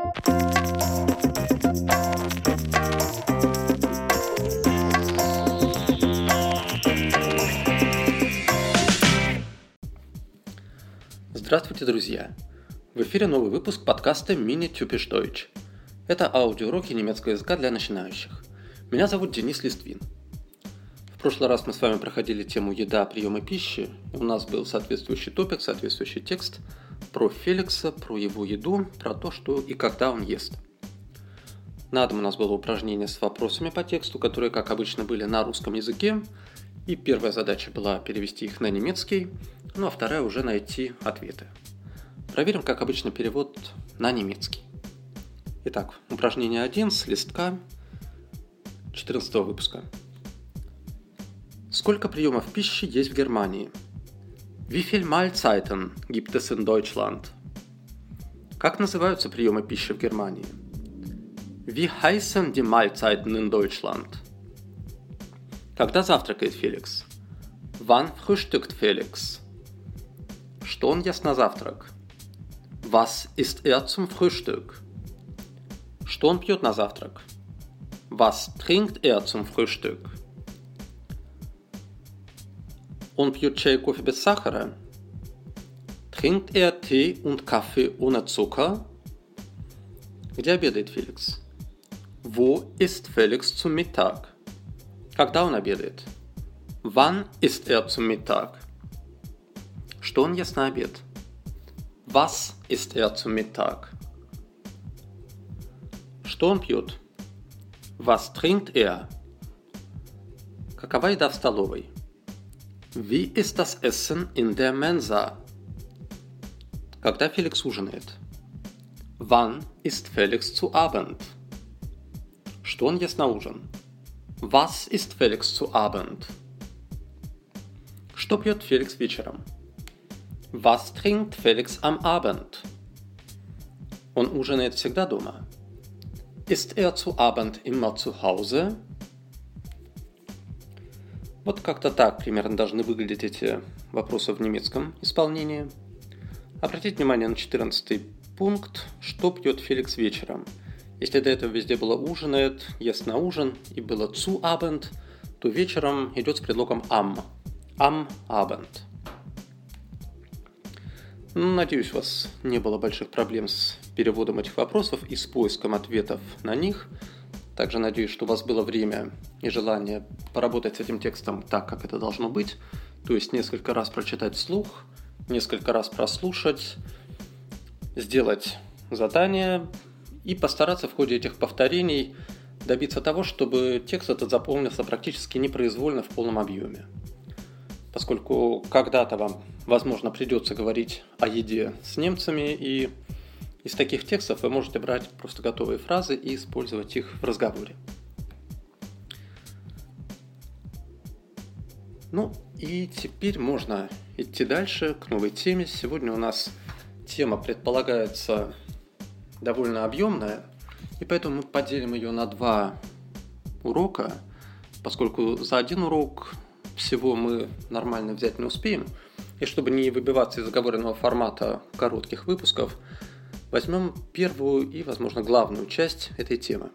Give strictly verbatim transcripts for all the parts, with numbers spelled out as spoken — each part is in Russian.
Здравствуйте, друзья! В эфире новый выпуск подкаста Mini Typisch Deutsch. Это аудиоуроки немецкого языка для начинающих. Меня зовут Денис Листвин. В прошлый раз мы с вами проходили тему еда, приемы пищи. И у нас был соответствующий топик, соответствующий текст про Феликса, про его еду, про то, что и когда он ест. На дом у нас было упражнение с вопросами по тексту, которые, как обычно, были на русском языке. И первая задача была перевести их на немецкий, ну а вторая уже найти ответы. Проверим, как обычно, перевод на немецкий. Итак, упражнение один с листка четырнадцатого выпуска. Сколько приемов пищи есть в Германии? Wie viel Mahlzeiten gibt es in Deutschland? Как называются приемы пищи в Германии? Wie heißen die Mahlzeiten in Deutschland? Когда завтракает Феликс? Wann frühstückt Felix? Что он ест на завтрак? Was isst er zum Frühstück? Что он пьет на завтрак? Was trinkt er zum Frühstück? Он пьет чай и кофе без сахара? Trinkt er Tee und Kaffee ohne Zucker? Где обедает Феликс? Wo isst Felix zum Mittag? Когда он обедает? Wann isst er zum Mittag? Что он ест на обед? Was isst er zum Mittag? Что он пьет? Was trinkt er? Какова еда в столовой? Wie ist das Essen in der Mensa? Когда Феликс ужинает? Wann isst Felix zu Abend? Что он ест на ужин? Was isst Felix zu Abend? Что пьет Феликс вечером? Was trinkt Felix am Abend? Он ужинает всегда дома. Ist er zu Abend immer zu Hause? Вот как-то так примерно должны выглядеть эти вопросы в немецком исполнении. Обратите внимание на четырнадцатый пункт. Что пьет Феликс вечером? Если до этого везде было ужинает, ест на ужин и было zu Abend, то вечером идет с предлогом am. Am Abend. Надеюсь, у вас не было больших проблем с переводом этих вопросов и с поиском ответов на них. Также надеюсь, что у вас было время и желание поработать с этим текстом так, как это должно быть. То есть несколько раз прочитать вслух, несколько раз прослушать, сделать задание и постараться в ходе этих повторений добиться того, чтобы текст этот запомнился практически непроизвольно в полном объеме. Поскольку когда-то вам, возможно, придется говорить о еде с немцами, и из таких текстов вы можете брать просто готовые фразы и использовать их в разговоре. Ну и теперь можно идти дальше к новой теме. Сегодня у нас тема предполагается довольно объемная, и поэтому мы поделим ее на два урока, поскольку за один урок всего мы нормально взять не успеем, и чтобы не выбиваться из заговоренного формата коротких выпусков, возьмем первую и, возможно, главную часть этой темы.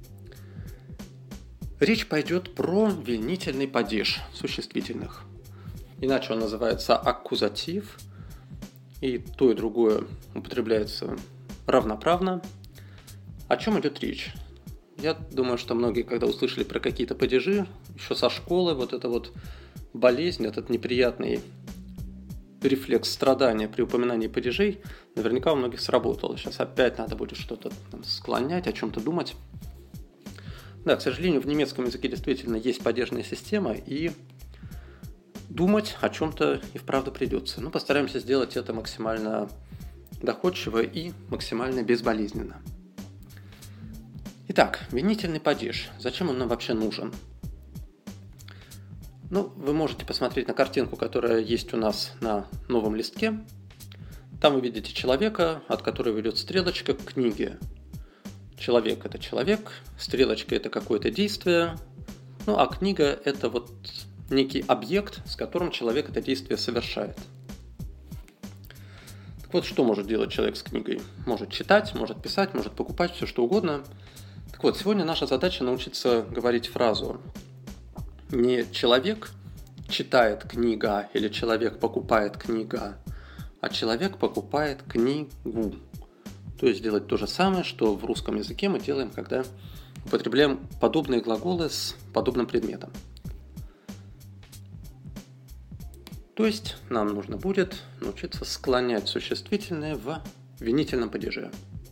Речь пойдет про винительный падеж существительных. Иначе он называется аккузатив, и то и другое употребляется равноправно. О чем идет речь? Я думаю, что многие, когда услышали про какие-то падежи, еще со школы, вот эта вот болезнь, этот неприятный рефлекс страдания при упоминании падежей, наверняка у многих сработал. Сейчас опять надо будет что-то там склонять, о чем-то думать. Да, к сожалению, в немецком языке действительно есть падежная система, и думать о чем-то и вправду придется. Но постараемся сделать это максимально доходчиво и максимально безболезненно. Итак, винительный падеж. Зачем он нам вообще нужен? Ну, вы можете посмотреть на картинку, которая есть у нас на новом листке. Там вы видите человека, от которого ведет стрелочка к книге. Человек – это человек, стрелочка – это какое-то действие, ну а книга – это вот некий объект, с которым человек это действие совершает. Вот что может делать человек с книгой? Может читать, может писать, может покупать, все что угодно. Так вот, сегодня наша задача научиться говорить фразу не «человек читает книга» или «человек покупает книга», а «человек покупает книгу». То есть делать то же самое, что в русском языке мы делаем, когда употребляем подобные глаголы с подобным предметом. То есть нам нужно будет научиться склонять существительные в винительном падеже.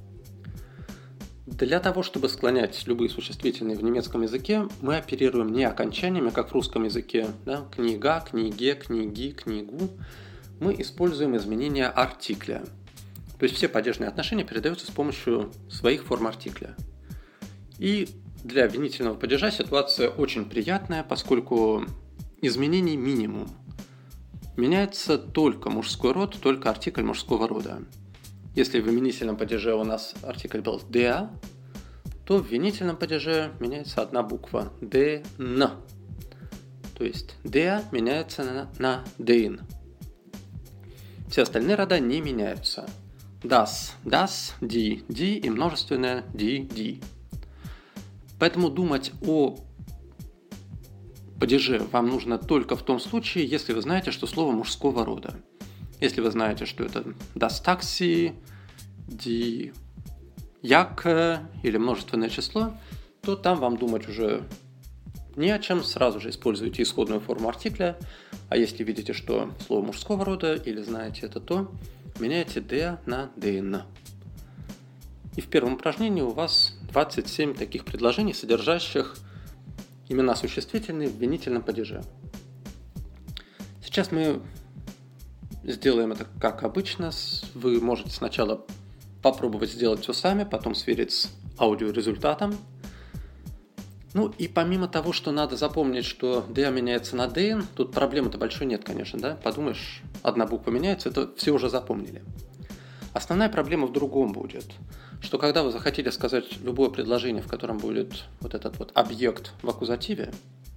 Для того, чтобы склонять любые существительные в немецком языке, мы оперируем не окончаниями, как в русском языке, да? Книга, книге, книги, книгу. Мы используем изменения артикля. То есть все падежные отношения передаются с помощью своих форм артикля. И для винительного падежа ситуация очень приятная, поскольку изменений минимум. Меняется только мужской род, только артикль мужского рода. Если в именительном падеже у нас артикль был der, то в винительном падеже меняется одна буква den. То есть der меняется на, на den. Все остальные рода не меняются. Das, das, die, die и множественное die, die. Поэтому думать о падеже вам нужно только в том случае, если вы знаете, что слово мужского рода. Если вы знаете, что это das Taxi, die Jacke или множественное число, то там вам думать уже не о чем, сразу же используйте исходную форму артикля, а если видите, что слово мужского рода или знаете это, то меняйте der на den. И в первом упражнении у вас двадцать семь таких предложений, содержащих имена существительные в винительном падеже. Сейчас мы сделаем это как обычно. Вы можете сначала попробовать сделать все сами, потом сверить с аудиорезультатом. Ну и помимо того, что надо запомнить, что der меняется на den, тут проблемы-то большой нет, конечно, да? Подумаешь, одна буква меняется, это все уже запомнили. Основная проблема в другом будет, что когда вы захотели сказать любое предложение, в котором будет вот этот вот объект в аккузативе,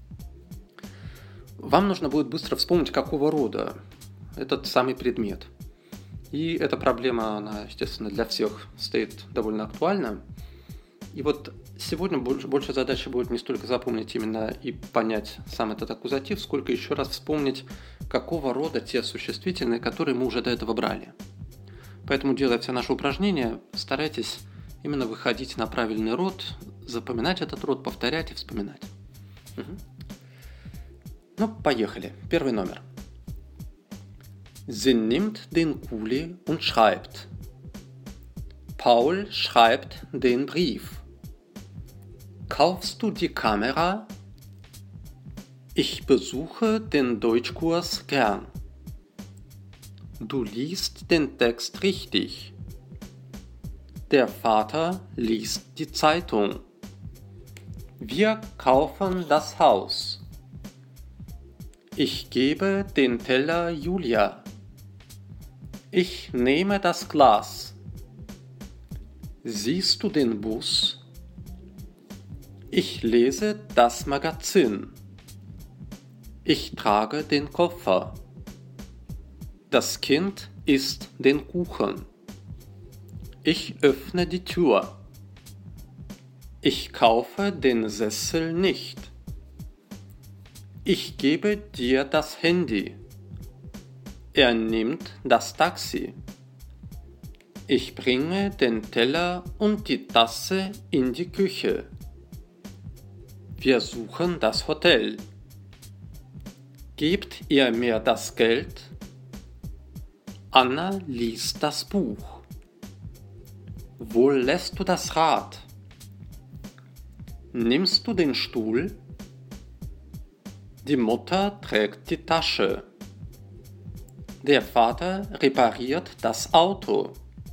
вам нужно будет быстро вспомнить, какого рода этот самый предмет. И эта проблема, она, естественно, для всех стоит довольно актуальна. И вот сегодня больше, больше задача будет не столько запомнить именно и понять сам этот аккузатив, сколько еще раз вспомнить, какого рода те существительные, которые мы уже до этого брали. Поэтому, делая все наши упражнения, старайтесь именно выходить на правильный род, запоминать этот род, повторять и вспоминать. Угу. Ну, поехали. Первый номер. Sie nimmt den Kuli und schreibt. Paul schreibt den Brief. Kaufst du die Kamera? Ich besuche den Deutschkurs gern. Du liest den Text richtig. Der Vater liest die Zeitung. Wir kaufen das Haus. Ich gebe den Teller Julia. Ich nehme das Glas. Siehst du den Bus? Ich lese das Magazin. Ich trage den Koffer. Das Kind isst den Kuchen. Ich öffne die Tür. Ich kaufe den Sessel nicht. Ich gebe dir das Handy. Er nimmt das Taxi. Ich bringe den Teller und die Tasse in die Küche. Wir suchen das Hotel. Gebt ihr mir das Geld? Anna liest das Buch. Wo lässt du das Rad? Nimmst du den Stuhl? Die Mutter trägt die Tasche. Der Vater repariert das Auto.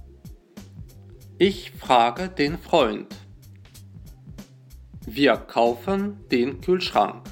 Ich frage den Freund. Wir kaufen den Kühlschrank.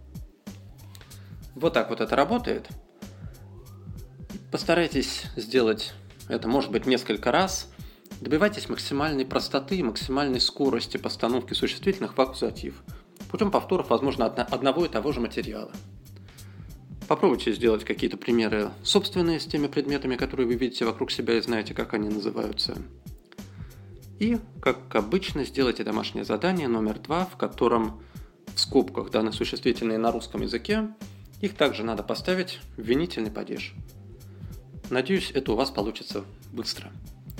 Вот так вот это работает. Постарайтесь сделать это, может быть, несколько раз. Добивайтесь максимальной простоты и максимальной скорости постановки существительных в аккузатив путем повторов, возможно, одного и того же материала. Попробуйте сделать какие-то примеры собственные с теми предметами, которые вы видите вокруг себя и знаете, как они называются. И, как обычно, сделайте домашнее задание номер два, в котором в скобках даны существительные на русском языке. Их также надо поставить в винительный падеж. Надеюсь, это у вас получится быстро.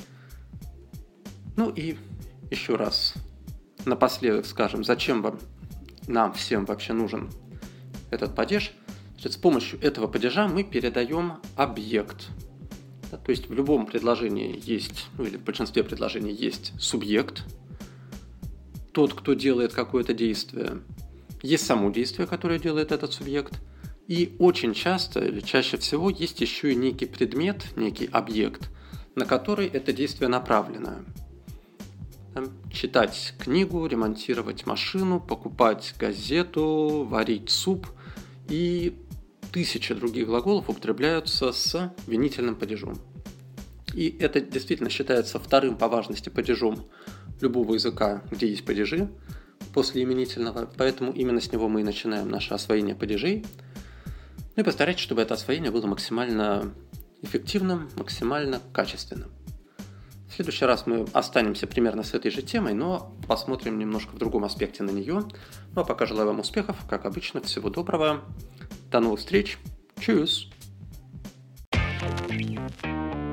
Ну и еще раз напоследок скажем, зачем вам, нам всем вообще нужен этот падеж. Значит, с помощью этого падежа мы передаем объект. Да, то есть в любом предложении есть, ну или в большинстве предложений есть субъект, тот, кто делает какое-то действие, есть само действие, которое делает этот субъект, и очень часто или чаще всего есть еще и некий предмет, некий объект, на который это действие направлено. Там, читать книгу, ремонтировать машину, покупать газету, варить суп и тысячи других глаголов употребляются с винительным падежом. И это действительно считается вторым по важности падежом любого языка, где есть падежи после именительного, поэтому именно с него мы и начинаем наше освоение падежей. Ну и постарайтесь, чтобы это освоение было максимально эффективным, максимально качественным. В следующий раз мы останемся примерно с этой же темой, но посмотрим немножко в другом аспекте на нее. Ну а пока желаю вам успехов, как обычно, всего доброго, до новых встреч, tschüss!